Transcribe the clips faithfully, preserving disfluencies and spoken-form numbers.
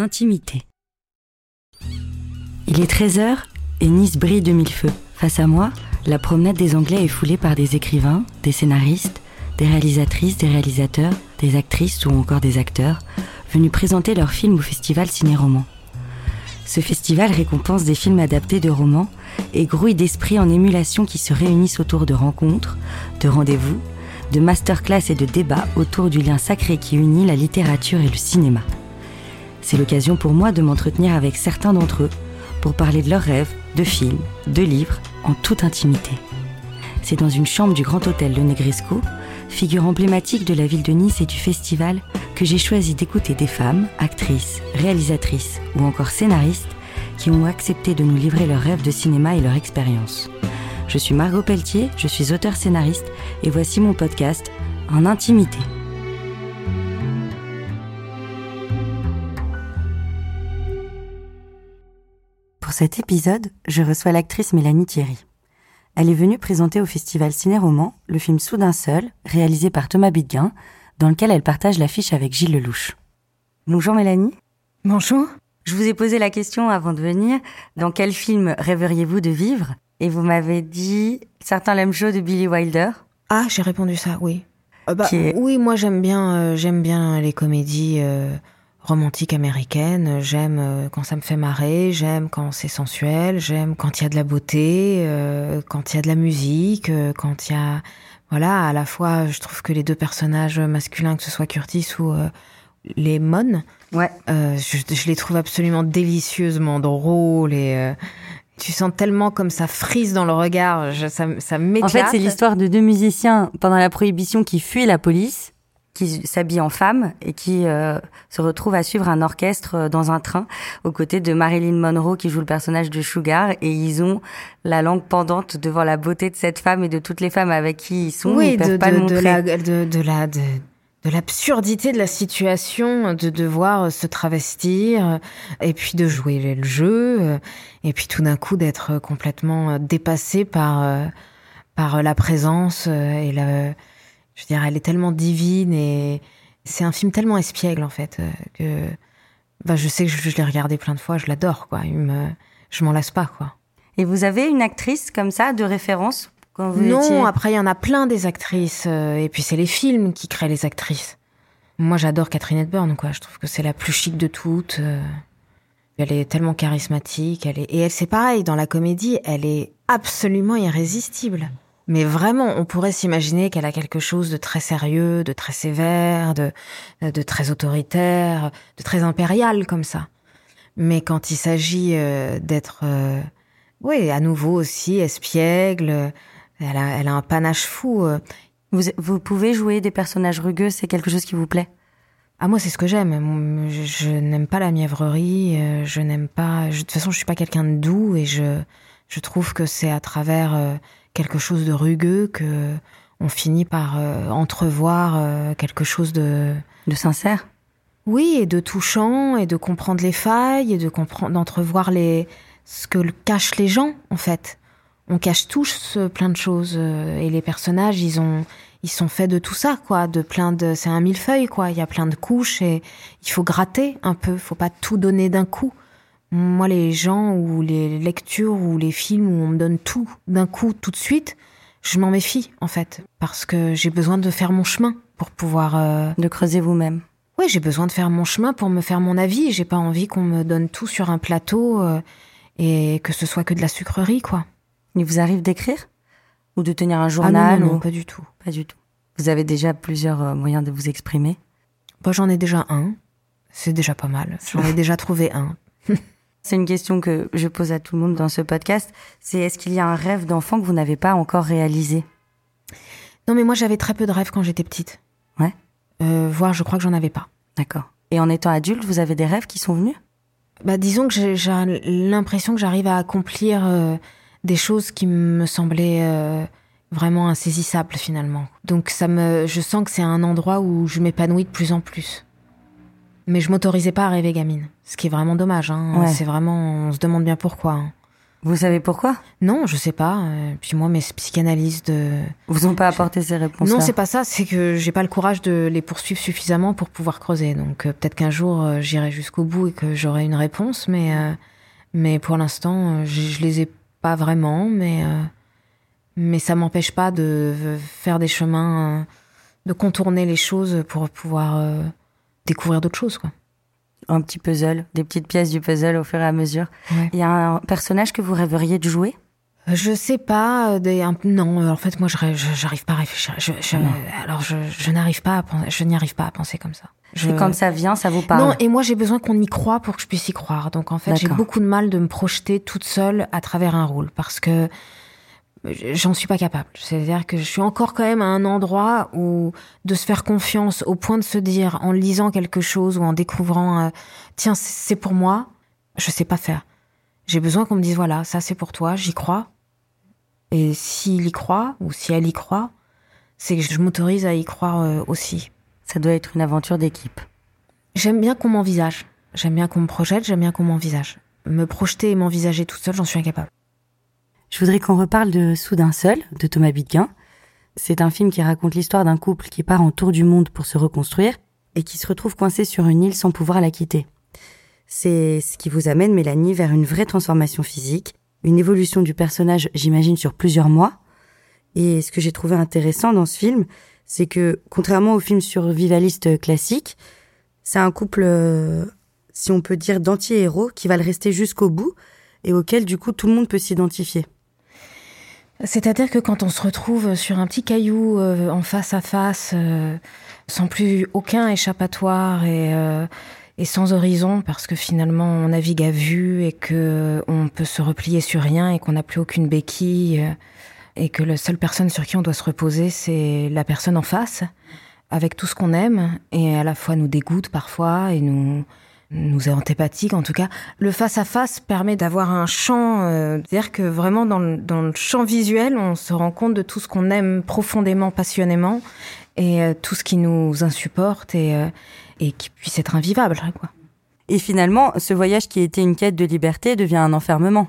intimité. Il est treize heures et Nice brille de mille feux. Face à moi, la promenade des Anglais est foulée par des écrivains, des scénaristes, des réalisatrices, des réalisateurs, des actrices ou encore des acteurs venus présenter leurs films au festival Ciné-Roman. Ce festival récompense des films adaptés de romans et grouille d'esprits en émulation qui se réunissent autour de rencontres, de rendez-vous, de masterclass et de débats autour du lien sacré qui unit la littérature et le cinéma. C'est l'occasion pour moi de m'entretenir avec certains d'entre eux pour parler de leurs rêves, de films, de livres, en toute intimité. C'est dans une chambre du Grand Hôtel Le Negresco, figure emblématique de la ville de Nice et du festival, que j'ai choisi d'écouter des femmes, actrices, réalisatrices ou encore scénaristes qui ont accepté de nous livrer leurs rêves de cinéma et leur expérience. Je suis Margot Pelletier, je suis auteure-scénariste et voici mon podcast En intimité. Pour cet épisode, je reçois l'actrice Mélanie Thierry. Elle est venue présenter au festival Ciné-Roman le film Soudain seul, réalisé par Thomas Bidguin, dans lequel elle partage l'affiche avec Gilles Lelouch. Bonjour Mélanie. Bonjour. Je vous ai posé la question avant de venir, dans quel film rêveriez-vous de vivre ? Et vous m'avez dit Certains l'aiment chaud de Billy Wilder. Ah, j'ai répondu ça, oui. Euh, bah, est... Oui, moi j'aime bien, euh, j'aime bien les comédies euh, romantiques américaines. J'aime euh, quand ça me fait marrer, j'aime quand c'est sensuel, j'aime quand il y a de la beauté, euh, quand il y a de la musique, euh, quand il y a... Voilà, à la fois, je trouve que les deux personnages masculins, que ce soit Curtis ou euh, Lemon, ouais. euh, je, je les trouve absolument délicieusement drôles et... Euh, tu sens tellement comme ça frise dans le regard, je, ça, ça m'éclate. En fait, c'est l'histoire de deux musiciens pendant la Prohibition qui fuient la police, qui s'habillent en femmes et qui euh, se retrouvent à suivre un orchestre dans un train aux côtés de Marilyn Monroe qui joue le personnage de Sugar, et ils ont la langue pendante devant la beauté de cette femme et de toutes les femmes avec qui ils sont. Oui, ils peuvent de, pas de, le montrer. De la, de, de la, de... de l'absurdité de la situation, de devoir se travestir, et puis de jouer le jeu, et puis tout d'un coup d'être complètement dépassé par, par la présence, et la, je veux dire, elle est tellement divine, et c'est un film tellement espiègle, en fait, que, bah, je sais que je, je l'ai regardé plein de fois, je l'adore, quoi, il me, je m'en lasse pas, quoi. Et vous avez une actrice comme ça, de référence? Quand vous non, étiez... après il y en a plein des actrices, euh, et puis c'est les films qui créent les actrices. Moi j'adore Katharine Hepburn, quoi. Je trouve que c'est la plus chic de toutes. Euh, elle est tellement charismatique, elle est... et elle c'est pareil, dans la comédie, elle est absolument irrésistible. Mais vraiment, on pourrait s'imaginer qu'elle a quelque chose de très sérieux, de très sévère, de, de très autoritaire, de très impérial comme ça. Mais quand il s'agit euh, d'être, euh, oui, à nouveau aussi espiègle, Elle a, elle a un panache fou. Vous, vous pouvez jouer des personnages rugueux, c'est quelque chose qui vous plaît? Ah, moi, c'est ce que j'aime. Je, je n'aime pas la mièvrerie, je n'aime pas... Je, de toute façon, je suis pas quelqu'un de doux, et je, je trouve que c'est à travers euh, quelque chose de rugueux que on finit par euh, entrevoir euh, quelque chose de... De sincère? Oui, et de touchant, et de comprendre les failles, et de comprendre, d'entrevoir les, ce que cachent les gens, en fait. On cache tous plein de choses, et les personnages, ils ont, ils sont faits de tout ça, quoi, de plein de, c'est un millefeuille, quoi. Il y a plein de couches, et il faut gratter un peu. Faut pas tout donner d'un coup. Moi, les gens ou les lectures ou les films où on me donne tout d'un coup, tout de suite, je m'en méfie, en fait, parce que j'ai besoin de faire mon chemin pour pouvoir euh... de creuser vous-même. Oui, j'ai besoin de faire mon chemin pour me faire mon avis. J'ai pas envie qu'on me donne tout sur un plateau euh, et que ce soit que de la sucrerie, quoi. Il vous arrive d'écrire? Ou de tenir un journal? Ah non, non, non, ou... pas du tout. Pas du tout. Vous avez déjà plusieurs euh, moyens de vous exprimer? Bah, j'en ai déjà un. C'est déjà pas mal. J'en ai déjà trouvé un. C'est une question que je pose à tout le monde dans ce podcast. C'est est-ce qu'il y a un rêve d'enfant que vous n'avez pas encore réalisé? Non, mais moi, j'avais très peu de rêves quand j'étais petite. Ouais. Euh, voire, je crois que j'en avais pas. D'accord. Et en étant adulte, vous avez des rêves qui sont venus? Bah, disons que j'ai, j'ai l'impression que j'arrive à accomplir... Euh, des choses qui me semblaient euh, vraiment insaisissables finalement. Donc ça me, je sens que c'est un endroit où je m'épanouis de plus en plus. Mais je m'autorisais pas à rêver gamine, ce qui est vraiment dommage. Hein. Ouais. C'est vraiment, on se demande bien pourquoi. Hein. Vous savez pourquoi ? Non, je sais pas. Euh, puis moi, mes psychanalystes... De... Vous n'ont pas apporté je... ces réponses-là ? Non, c'est pas ça. C'est que j'ai pas le courage de les poursuivre suffisamment pour pouvoir creuser. Donc euh, peut-être qu'un jour, euh, j'irai jusqu'au bout et que j'aurai une réponse. Mais, euh, mais pour l'instant, euh, je, je les ai pas vraiment. Mais, euh, mais ça m'empêche pas de faire des chemins, euh, de contourner les choses pour pouvoir euh, découvrir d'autres choses, quoi. Un petit puzzle, des petites pièces du puzzle au fur et à mesure. Ouais. Il y a un personnage que vous rêveriez de jouer ? Je sais pas. Des, un, non, en fait, moi, je, je, j'arrive pas à réfléchir. Je, je, alors, je, je n'arrive pas à penser, je n'y arrive pas à penser comme ça. Je... Et quand ça vient, ça vous parle ? Non, et moi, j'ai besoin qu'on y croie pour que je puisse y croire. Donc, en fait, D'accord. j'ai beaucoup de mal de me projeter toute seule à travers un rôle parce que j'en suis pas capable. C'est-à-dire que je suis encore quand même à un endroit où de se faire confiance au point de se dire, en lisant quelque chose ou en découvrant, euh, tiens, c'est pour moi, je sais pas faire. J'ai besoin qu'on me dise, voilà, ça c'est pour toi, j'y crois. Et s'il y croit, ou si elle y croit, c'est que je m'autorise à y croire euh, aussi. Ça doit être une aventure d'équipe. J'aime bien qu'on m'envisage. J'aime bien qu'on me projette, j'aime bien qu'on m'envisage. Me projeter et m'envisager toute seule, j'en suis incapable. Je voudrais qu'on reparle de Soudain seul, de Thomas Bidguin. C'est un film qui raconte l'histoire d'un couple qui part en tour du monde pour se reconstruire et qui se retrouve coincé sur une île sans pouvoir la quitter. C'est ce qui vous amène, Mélanie, vers une vraie transformation physique, une évolution du personnage, j'imagine, sur plusieurs mois. Et ce que j'ai trouvé intéressant dans ce film, c'est que, contrairement aux films survivalistes classiques, c'est un couple, euh, si on peut dire, d'anti-héros qui va le rester jusqu'au bout et auquel, du coup, tout le monde peut s'identifier. C'est-à-dire que quand on se retrouve sur un petit caillou euh, en face à face, euh, sans plus aucun échappatoire et, euh, et sans horizon, parce que finalement on navigue à vue et que on peut se replier sur rien et qu'on n'a plus aucune béquille euh, et que la seule personne sur qui on doit se reposer, c'est la personne en face, avec tout ce qu'on aime et à la fois nous dégoûte parfois et nous... nous est antipathique en tout cas. Le face-à-face permet d'avoir un champ, euh, c'est-à-dire que vraiment dans le, dans le champ visuel, on se rend compte de tout ce qu'on aime profondément, passionnément, et euh, tout ce qui nous insupporte et, euh, et qui puisse être invivable, quoi. Et finalement, ce voyage qui était une quête de liberté devient un enfermement.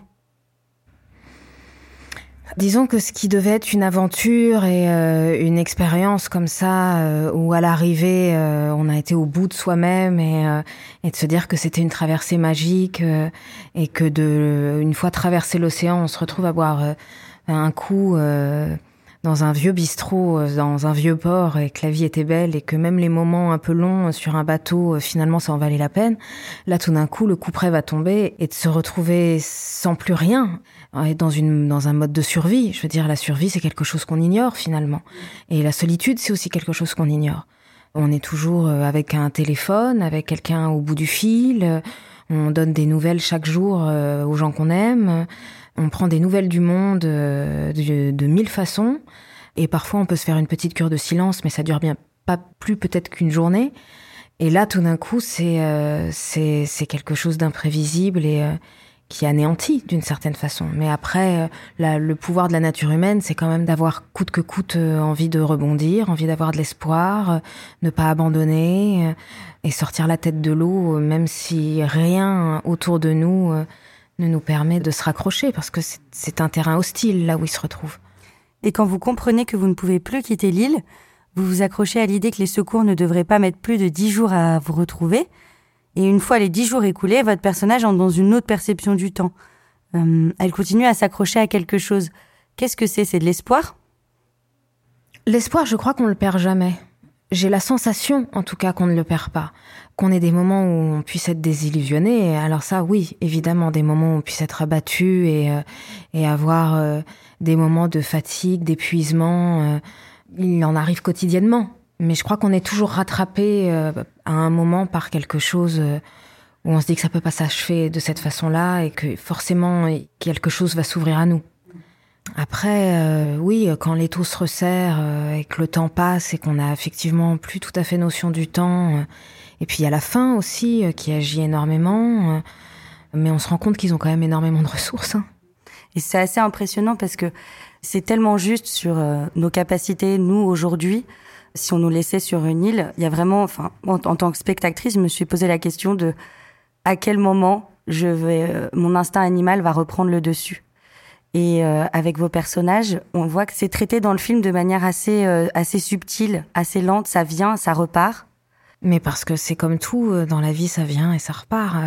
Disons que ce qui devait être une aventure et euh, une expérience comme ça, euh, où à l'arrivée, euh, on a été au bout de soi-même et, euh, et de se dire que c'était une traversée magique euh, et que de, une fois traversé l'océan, on se retrouve à boire euh, un coup euh, dans un vieux bistrot, euh, dans un vieux port et que la vie était belle et que même les moments un peu longs sur un bateau, euh, finalement, ça en valait la peine. Là, tout d'un coup, le coup près va tomber et de se retrouver sans plus rien. Dans, une, dans un mode de survie. Je veux dire, la survie, c'est quelque chose qu'on ignore, finalement. Et la solitude, c'est aussi quelque chose qu'on ignore. On est toujours avec un téléphone, avec quelqu'un au bout du fil. On donne des nouvelles chaque jour aux gens qu'on aime. On prend des nouvelles du monde de, de mille façons. Et parfois, on peut se faire une petite cure de silence, mais ça dure bien pas plus peut-être qu'une journée. Et là, tout d'un coup, c'est, euh, c'est, c'est quelque chose d'imprévisible et... Euh, qui anéantit d'une certaine façon. Mais après, la, le pouvoir de la nature humaine, c'est quand même d'avoir coûte que coûte euh, envie de rebondir, envie d'avoir de l'espoir, euh, ne pas abandonner euh, et sortir la tête de l'eau, euh, même si rien autour de nous euh, ne nous permet de se raccrocher, parce que c'est, c'est un terrain hostile là où il se retrouve. Et quand vous comprenez que vous ne pouvez plus quitter l'île, vous vous accrochez à l'idée que les secours ne devraient pas mettre plus de dix jours à vous retrouver. Et une fois les dix jours écoulés, votre personnage entre dans une autre perception du temps. Euh, elle continue à s'accrocher à quelque chose. Qu'est-ce que c'est ? C'est de l'espoir ? L'espoir, je crois qu'on le perd jamais. J'ai la sensation, en tout cas, qu'on ne le perd pas. Qu'on ait des moments où on puisse être désillusionné. Alors ça, oui, évidemment, des moments où on puisse être abattu et, euh, et avoir euh, des moments de fatigue, d'épuisement. Euh, il en arrive quotidiennement. Mais je crois qu'on est toujours rattrapé euh, à un moment par quelque chose euh, où on se dit que ça peut pas s'achever de cette façon-là et que forcément quelque chose va s'ouvrir à nous. Après, euh, oui, quand l'étau se resserre euh, et que le temps passe et qu'on a effectivement plus tout à fait notion du temps, euh, et puis il y a la faim aussi euh, qui agit énormément, euh, mais on se rend compte qu'ils ont quand même énormément de ressources. Hein. Et c'est assez impressionnant parce que c'est tellement juste sur euh, nos capacités, nous, aujourd'hui. Si on nous laissait sur une île, il y a vraiment, enfin, en, en tant que spectatrice, je me suis posé la question de à quel moment je vais, euh, mon instinct animal va reprendre le dessus. Et euh, avec vos personnages, on voit que c'est traité dans le film de manière assez, euh, assez subtile, assez lente. Ça vient, ça repart. Mais parce que c'est comme tout, dans la vie, ça vient et ça repart.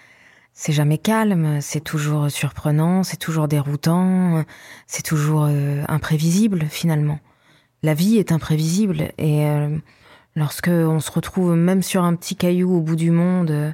C'est jamais calme, c'est toujours surprenant, c'est toujours déroutant, c'est toujours euh, imprévisible, finalement. La vie est imprévisible et euh, lorsque on se retrouve même sur un petit caillou au bout du monde, euh,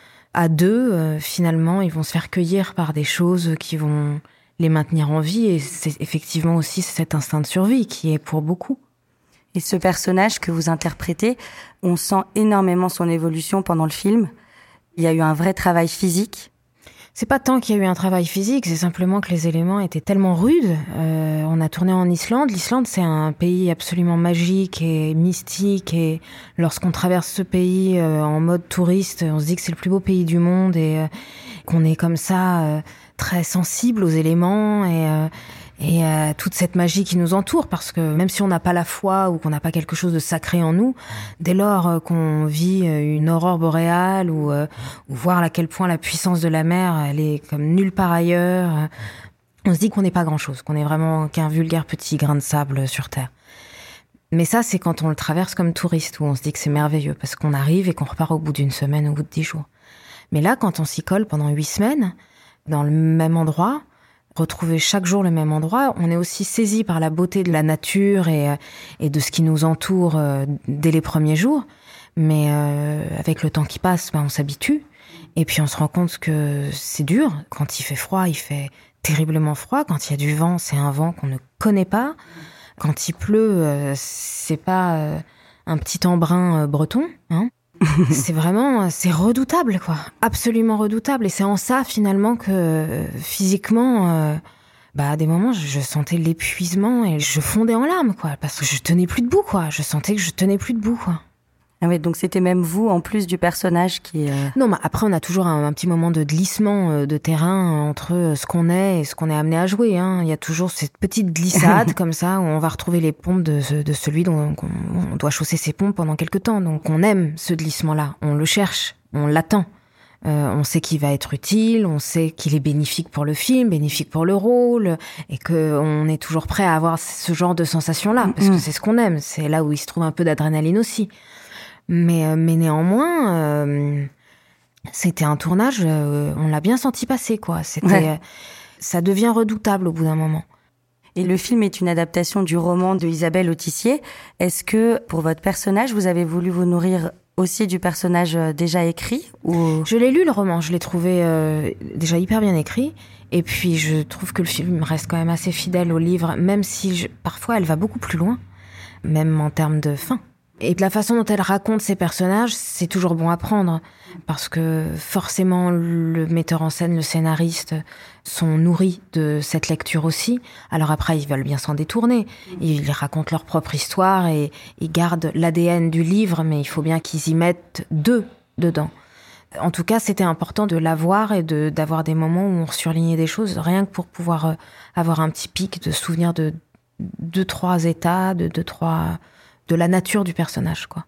à deux, euh, finalement, ils vont se faire cueillir par des choses qui vont les maintenir en vie, et c'est effectivement aussi cet instinct de survie qui est pour beaucoup. Et ce personnage que vous interprétez, on sent énormément son évolution pendant le film. Il y a eu un vrai travail physique. C'est pas tant qu'il y a eu un travail physique, c'est simplement que les éléments étaient tellement rudes. Euh, on a tourné en Islande. L'Islande, c'est un pays absolument magique et mystique, et lorsqu'on traverse ce pays euh, en mode touriste, on se dit que c'est le plus beau pays du monde, et euh, qu'on est comme ça... Euh, très sensible aux éléments et, euh, et à toute cette magie qui nous entoure, parce que même si on n'a pas la foi ou qu'on n'a pas quelque chose de sacré en nous, dès lors euh, qu'on vit une aurore boréale ou, euh, ou voir à quel point la puissance de la mer, elle est comme nulle part ailleurs, euh, on se dit qu'on n'est pas grand-chose, qu'on est vraiment qu'un vulgaire petit grain de sable sur Terre. Mais ça, c'est quand on le traverse comme touriste, où on se dit que c'est merveilleux, parce qu'on arrive et qu'on repart au bout d'une semaine, au bout de dix jours. Mais là, quand on s'y colle pendant huit semaines... dans le même endroit, retrouver chaque jour le même endroit, on est aussi saisi par la beauté de la nature et, et de ce qui nous entoure euh, dès les premiers jours. Mais euh, avec le temps qui passe, ben, on s'habitue. Et puis on se rend compte que c'est dur. Quand il fait froid, il fait terriblement froid. Quand il y a du vent, c'est un vent qu'on ne connaît pas. Quand il pleut, euh, c'est pas euh, un petit embrun euh, breton, hein. C'est vraiment, c'est redoutable, quoi. Absolument redoutable. Et c'est en ça, finalement, que euh, physiquement, euh, bah, à des moments, je, je sentais l'épuisement et je fondais en larmes, quoi. Parce que je tenais plus debout, quoi. Je sentais que je tenais plus debout, quoi. Ah ouais, donc c'était même vous, en plus du personnage qui... Euh... Non, mais après, on a toujours un, un petit moment de glissement de terrain entre ce qu'on est et ce qu'on est amené à jouer, hein. Il y a toujours cette petite glissade, comme ça, où on va retrouver les pompes de, de celui dont on, on doit chausser ses pompes pendant quelque temps. Donc, on aime ce glissement-là. On le cherche. On l'attend. Euh, on sait qu'il va être utile. On sait qu'il est bénéfique pour le film, bénéfique pour le rôle, et qu'on est toujours prêt à avoir ce genre de sensation-là. Parce que c'est ce qu'on aime. C'est là où il se trouve un peu d'adrénaline aussi. Mais, mais néanmoins, euh, c'était un tournage, euh, on l'a bien senti passer, quoi. C'était, ouais. Ça devient redoutable au bout d'un moment. Et le film est une adaptation du roman de Isabelle Autissier. Est-ce que, pour votre personnage, vous avez voulu vous nourrir aussi du personnage déjà écrit ou... Je l'ai lu, le roman. Je l'ai trouvé euh, déjà hyper bien écrit. Et puis, je trouve que le film reste quand même assez fidèle au livre, même si je, parfois elle va beaucoup plus loin, même en termes de fin. Et de la façon dont elle raconte ses personnages, c'est toujours bon à prendre, parce que forcément le metteur en scène, le scénariste sont nourris de cette lecture aussi. Alors après, ils veulent bien s'en détourner. Ils racontent leur propre histoire et ils gardent l'A D N du livre, mais il faut bien qu'ils y mettent d'eux dedans. En tout cas, c'était important de l'avoir et de, d'avoir des moments où on surlignait des choses, rien que pour pouvoir avoir un petit pic de souvenirs de deux, trois états, de deux, trois... de la nature du personnage, quoi.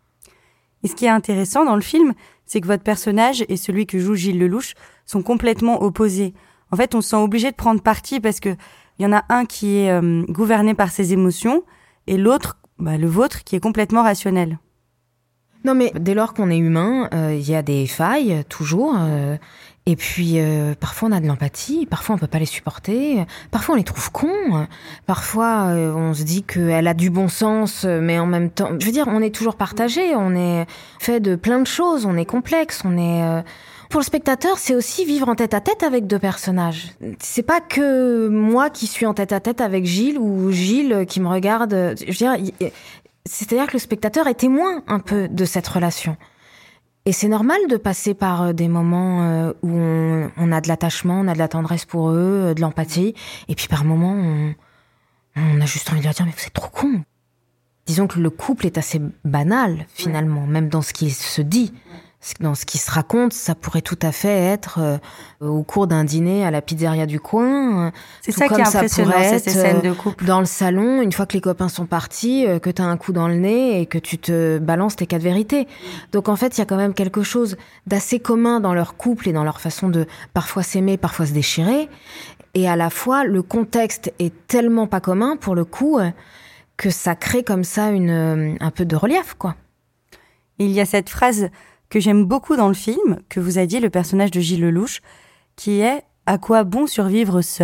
Et ce qui est intéressant dans le film, c'est que votre personnage et celui que joue Gilles Lellouche sont complètement opposés. En fait, on se sent obligé de prendre parti parce que il y en a un qui est euh, gouverné par ses émotions et l'autre, bah, le vôtre, qui est complètement rationnel. Non, mais dès lors qu'on est humain, il euh, y a des failles, toujours. Euh, et puis, euh, parfois, on a de l'empathie. Parfois, on peut pas les supporter. Parfois, on les trouve cons. Parfois, euh, on se dit qu'elle a du bon sens, mais en même temps... Je veux dire, on est toujours partagé. On est fait de plein de choses. On est complexe. On est... Euh... Pour le spectateur, c'est aussi vivre en tête-à-tête avec deux personnages. C'est pas que moi qui suis en tête-à-tête avec Gilles ou Gilles qui me regarde... Je veux dire... C'est-à-dire que le spectateur est témoin un peu de cette relation. Et c'est normal de passer par des moments où on, on a de l'attachement, on a de la tendresse pour eux, de l'empathie, et puis par moments, on, on a juste envie de leur dire « mais vous êtes trop con ». Disons que le couple est assez banal, finalement, même dans ce qui se dit. Dans ce qui se raconte, ça pourrait tout à fait être euh, au cours d'un dîner à la pizzeria du coin. C'est ça qui est impressionnant, c'est ces scènes de couple. Dans le salon, une fois que les copains sont partis, euh, que t'as un coup dans le nez et que tu te balances tes quatre vérités. Donc en fait, il y a quand même quelque chose d'assez commun dans leur couple et dans leur façon de parfois s'aimer, parfois se déchirer. Et à la fois, le contexte est tellement pas commun, pour le coup, que ça crée comme ça une, un peu de relief, quoi. Il y a cette phrase que j'aime beaucoup dans le film, que vous a dit le personnage de Gilles Lellouche, qui est « À quoi bon survivre seul ?»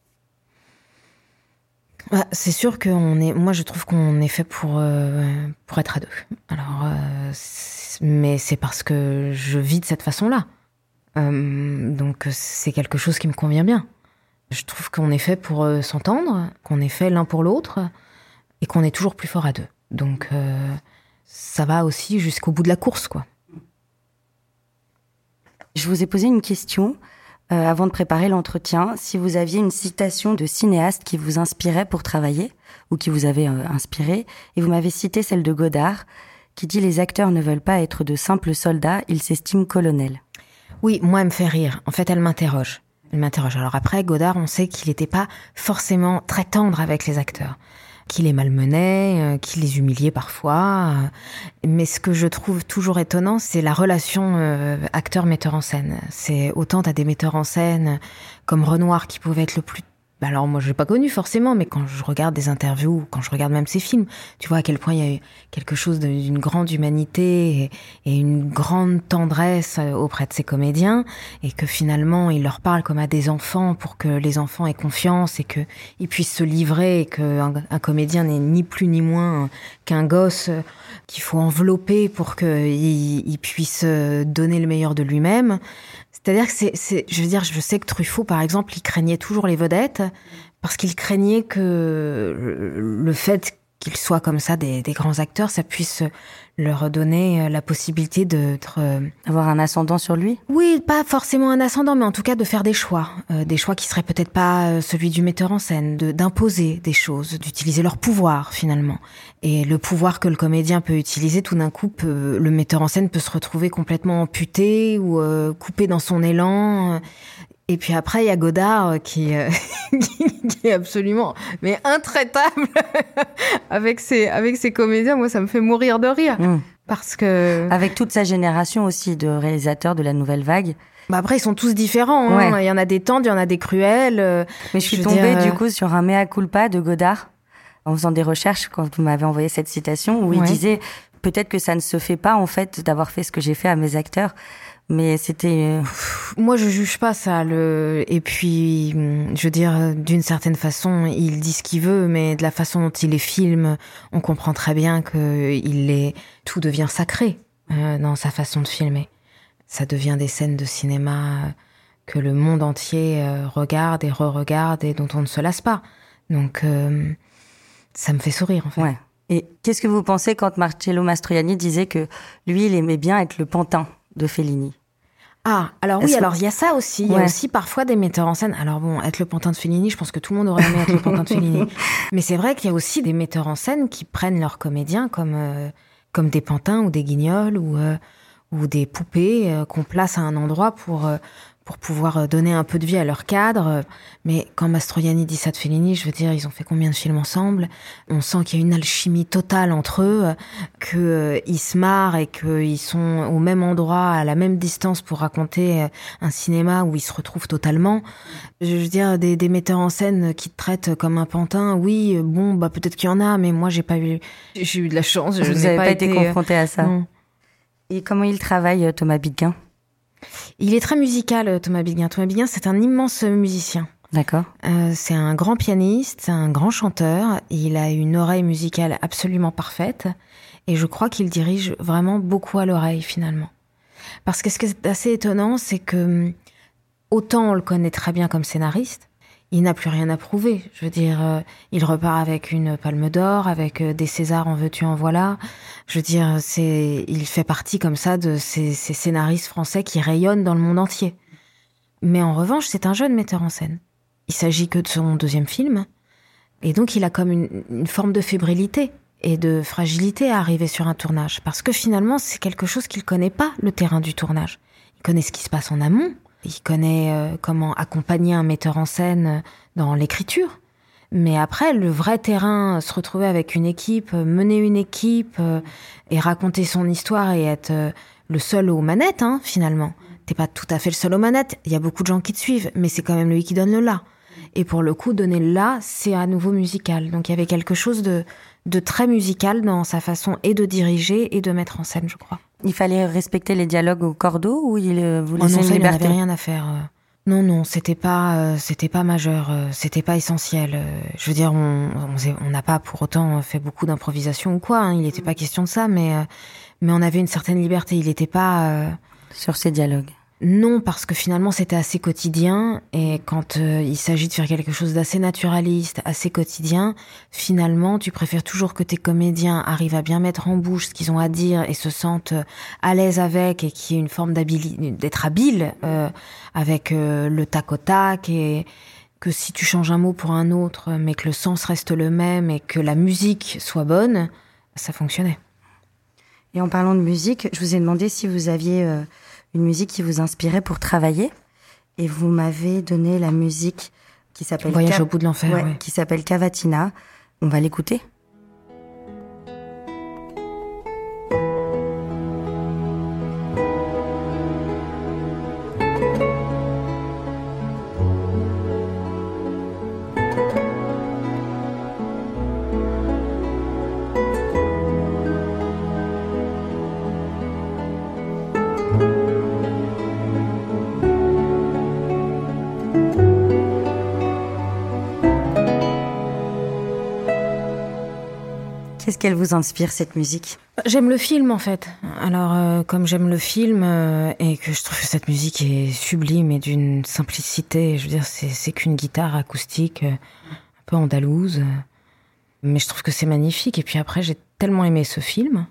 Bah, c'est sûr qu'on est. Moi, je trouve qu'on est fait pour euh, pour être à deux. Alors, euh, c'est, mais c'est parce que je vis de cette façon-là. Euh, donc, c'est quelque chose qui me convient bien. Je trouve qu'on est fait pour euh, s'entendre, qu'on est fait l'un pour l'autre, et qu'on est toujours plus fort à deux. Donc, euh, ça va aussi jusqu'au bout de la course, quoi. Je vous ai posé une question euh, avant de préparer l'entretien. Si vous aviez une citation de cinéaste qui vous inspirait pour travailler, ou qui vous avait euh, inspiré, et vous m'avez cité celle de Godard, qui dit « Les acteurs ne veulent pas être de simples soldats, ils s'estiment colonels ». Oui, moi, elle me fait rire. En fait, elle m'interroge. Elle m'interroge. Alors après, Godard, on sait qu'il n'était pas forcément très tendre avec les acteurs, qu'il les malmenait, qu'il les humiliait parfois. Mais ce que je trouve toujours étonnant, c'est la relation euh, acteur-metteur en scène. C'est autant t'as des metteurs en scène comme Renoir qui pouvait être le plus... Alors moi, je l'ai pas connu forcément, mais quand je regarde des interviews, quand je regarde même ses films, tu vois à quel point il y a eu quelque chose d'une grande humanité et, et une grande tendresse auprès de ses comédiens, et que finalement, il leur parle comme à des enfants pour que les enfants aient confiance et qu'ils puissent se livrer, et qu'un un comédien n'est ni plus ni moins qu'un gosse qu'il faut envelopper pour qu'il il puisse donner le meilleur de lui-même. C'est-à-dire que c'est, c'est, je veux dire, je sais que Truffaut, par exemple, il craignait toujours les vedettes parce qu'il craignait que le fait qu'ils soient comme ça des, des grands acteurs, ça puisse leur donner la possibilité de... Avoir un ascendant sur lui ? Oui, pas forcément un ascendant, mais en tout cas de faire des choix. Euh, des choix qui seraient peut-être pas celui du metteur en scène, de, d'imposer des choses, d'utiliser leur pouvoir, finalement. Et le pouvoir que le comédien peut utiliser, tout d'un coup, peut, le metteur en scène peut se retrouver complètement amputé ou euh, coupé dans son élan. Et puis après, il y a Godard qui, euh, qui est absolument mais intraitable avec ses, avec ses comédiens. Moi, ça me fait mourir de rire. Mmh. Parce que... Avec toute sa génération aussi de réalisateurs de la nouvelle vague. Bah après, ils sont tous différents. Hein. Ouais. Il y en a des tendres, il y en a des cruels. Euh, Mais je suis je tombée dire... du coup sur un mea culpa de Godard en faisant des recherches quand vous m'avez envoyé cette citation où ouais. il disait peut-être que ça ne se fait pas en fait d'avoir fait ce que j'ai fait à mes acteurs. Mais c'était... Moi, je juge pas ça. Le... Et puis, je veux dire, d'une certaine façon, il dit ce qu'il veut, mais de la façon dont il les filme, on comprend très bien que il est... tout devient sacré euh, dans sa façon de filmer. Ça devient des scènes de cinéma que le monde entier euh, regarde et re-regarde et dont on ne se lasse pas. Donc, euh, ça me fait sourire, en fait. Ouais. Et qu'est-ce que vous pensez quand Marcello Mastroianni disait que lui, il aimait bien être le pantin de Fellini? Ah, alors oui, alors il y a ça aussi. Il ouais. y a aussi parfois des metteurs en scène. Alors bon, être le pantin de Fellini, je pense que tout le monde aurait aimé être le pantin de Fellini. Mais c'est vrai qu'il y a aussi des metteurs en scène qui prennent leurs comédiens comme euh, comme des pantins ou des guignols ou euh, ou des poupées euh, qu'on place à un endroit pour euh, pour pouvoir donner un peu de vie à leur cadre. Mais quand Mastroianni dit ça de Fellini, je veux dire, ils ont fait combien de films ensemble ? On sent qu'il y a une alchimie totale entre eux, qu'ils euh, se marrent et qu'ils sont au même endroit, à la même distance pour raconter un cinéma où ils se retrouvent totalement. Je veux dire, des, des metteurs en scène qui te traitent comme un pantin, oui, bon, bah peut-être qu'il y en a, mais moi j'ai pas eu, j'ai eu de la chance. Je Vous n'avez pas, pas été, été confronté à ça. Non. Et comment il travaille, Thomas Bidguin ? Il est très musical, Thomas Bidguin. Thomas Bidguin, c'est un immense musicien. D'accord. Euh, c'est un grand pianiste, c'est un grand chanteur. Il a une oreille musicale absolument parfaite. Et je crois qu'il dirige vraiment beaucoup à l'oreille, finalement. Parce que ce qui est assez étonnant, c'est que autant on le connaît très bien comme scénariste, il n'a plus rien à prouver. Je veux dire, euh, il repart avec une Palme d'Or, avec euh, des Césars en veux-tu en voilà. Je veux dire, c'est, il fait partie comme ça de ces, ces scénaristes français qui rayonnent dans le monde entier. Mais en revanche, c'est un jeune metteur en scène. Il s'agit que de son deuxième film. Et donc, il a comme une, une forme de fébrilité et de fragilité à arriver sur un tournage. Parce que finalement, c'est quelque chose qu'il connaît pas, le terrain du tournage. Il connaît ce qui se passe en amont. Il connaît euh, comment accompagner un metteur en scène dans l'écriture. Mais après, le vrai terrain, se retrouver avec une équipe, mener une équipe euh, et raconter son histoire et être euh, le seul aux manettes, hein, finalement. T'es pas tout à fait le seul aux manettes. Il y a beaucoup de gens qui te suivent, mais c'est quand même lui qui donne le la. Et pour le coup, donner le la, c'est à nouveau musical. Donc il y avait quelque chose de, de très musical dans sa façon et de diriger et de mettre en scène, je crois. Il fallait respecter les dialogues au cordeau ou il vous laissait oh non, une ça, liberté? Il n'avait rien à faire. Non, non, c'était pas, euh, c'était pas majeur, euh, c'était pas essentiel. Euh, je veux dire, on on n'a pas pour autant fait beaucoup d'improvisation ou quoi. Hein, il n'était pas question de ça, mais euh, mais on avait une certaine liberté. Il n'était pas euh... sur ces dialogues. Non, parce que finalement c'était assez quotidien et quand euh, il s'agit de faire quelque chose d'assez naturaliste, assez quotidien, finalement tu préfères toujours que tes comédiens arrivent à bien mettre en bouche ce qu'ils ont à dire et se sentent à l'aise avec et qu'il y ait une forme d'habili- d'être habile euh, avec euh, le tac au tac et que si tu changes un mot pour un autre mais que le sens reste le même et que la musique soit bonne, ça fonctionnait. Et en parlant de musique, je vous ai demandé si vous aviez euh, une musique qui vous inspirait pour travailler. Et vous m'avez donné la musique qui s'appelle... Voyage Ca- au bout de l'enfer, ouais, ouais. Qui s'appelle Cavatina. On va l'écouter. Qu'est-ce qu'elle vous inspire, cette musique ? J'aime le film, en fait. Alors, euh, comme j'aime le film, euh, et que je trouve que cette musique est sublime et d'une simplicité, je veux dire, c'est, c'est qu'une guitare acoustique, euh, un peu andalouse, euh, mais je trouve que c'est magnifique. Et puis après, j'ai tellement aimé ce film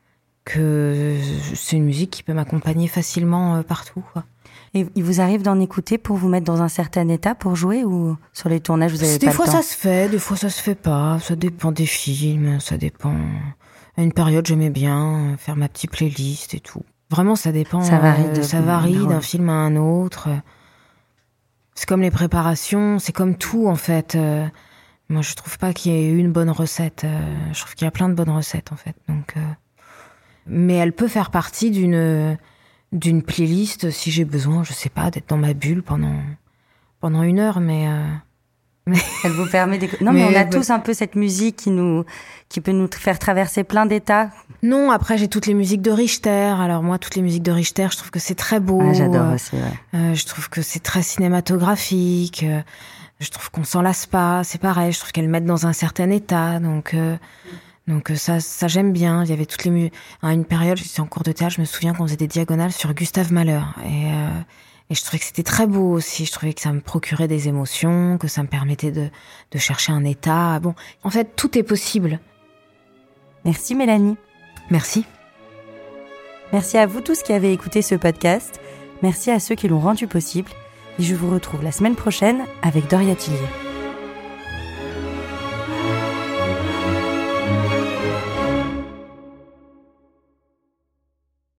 que c'est une musique qui peut m'accompagner facilement euh, partout, quoi. Et il vous arrive d'en écouter pour vous mettre dans un certain état pour jouer ou sur les tournages vous avez des pas fois le temps? Ça se fait, des fois ça se fait pas, ça dépend des films, ça dépend. À une période j'aimais bien faire ma petite playlist et tout. Vraiment ça dépend. Ça varie, de, euh, ça varie de d'un film à un autre. C'est comme les préparations, c'est comme tout en fait. Euh, moi je trouve pas qu'il y ait une bonne recette. Euh, je trouve qu'il y a plein de bonnes recettes en fait. Donc, euh... mais elle peut faire partie d'une d'une playlist si j'ai besoin, je sais pas, d'être dans ma bulle pendant pendant une heure, mais, euh... mais... elle vous permet d'écouter. Non, mais, mais on a bah... tous un peu cette musique qui nous qui peut nous faire traverser plein d'états. Non, après j'ai toutes les musiques de Richter. Alors moi, toutes les musiques de Richter, je trouve que c'est très beau. Ah, j'adore aussi. Ouais. Euh, je trouve que c'est très cinématographique. Euh, je trouve qu'on s'en lasse pas. C'est pareil. Je trouve qu'elles mettent dans un certain état. Donc euh... Donc ça, ça j'aime bien. Il y avait toutes les mu- à une période, j'étais en cours de théâtre, je me souviens qu'on faisait des diagonales sur Gustave Mahler et euh, et je trouvais que c'était très beau aussi. Je trouvais que ça me procurait des émotions, que ça me permettait de de chercher un état. Bon, en fait, tout est possible. Merci Mélanie. Merci. Merci à vous tous qui avez écouté ce podcast. Merci à ceux qui l'ont rendu possible. Et je vous retrouve la semaine prochaine avec Doria Tillier.